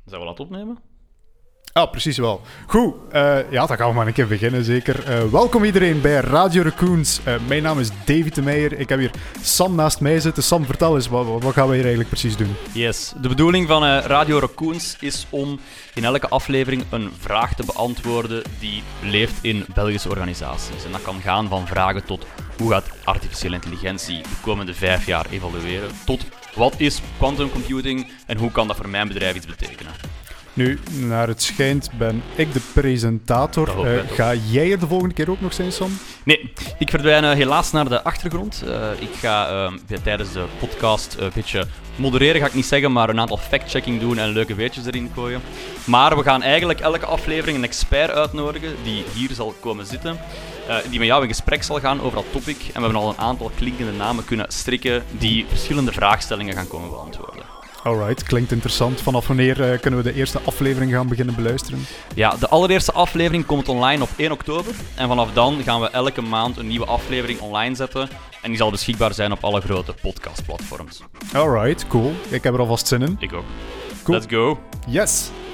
Zijn we laten opnemen? Ah, precies wel. Goed, dan gaan we maar een keer beginnen, zeker. Welkom iedereen bij Radio Raccoons. Mijn naam is Davy de Meijer. Ik heb hier Sam naast mij zitten. Sam, vertel eens, wat gaan we hier eigenlijk precies doen? Yes, de bedoeling van Radio Raccoons is om in elke aflevering een vraag te beantwoorden die leeft in Belgische organisaties. En dat kan gaan van vragen tot hoe gaat artificiële intelligentie de komende 5 jaar evolueren, tot wat is quantum computing en hoe kan dat voor mijn bedrijf iets betekenen. Nu, naar het schijnt ben ik de presentator. Ga jij er de volgende keer ook nog zijn, Sam? Nee, ik verdwijn helaas naar de achtergrond. Ik ga tijdens de podcast een beetje modereren, ga ik niet zeggen, maar een aantal fact-checking doen en leuke weetjes erin gooien. Maar we gaan eigenlijk elke aflevering een expert uitnodigen die hier zal komen zitten. Die met jou in gesprek zal gaan over dat topic. En we hebben al een aantal klinkende namen kunnen strikken die verschillende vraagstellingen gaan komen beantwoorden. Alright, klinkt interessant. Vanaf wanneer kunnen we de eerste aflevering gaan beginnen beluisteren? Ja, de allereerste aflevering komt online op 1 oktober. En vanaf dan gaan we elke maand een nieuwe aflevering online zetten. En die zal beschikbaar zijn op alle grote podcastplatforms. Alright, cool. Ik heb er alvast zin in. Ik ook. Cool. Let's go. Yes.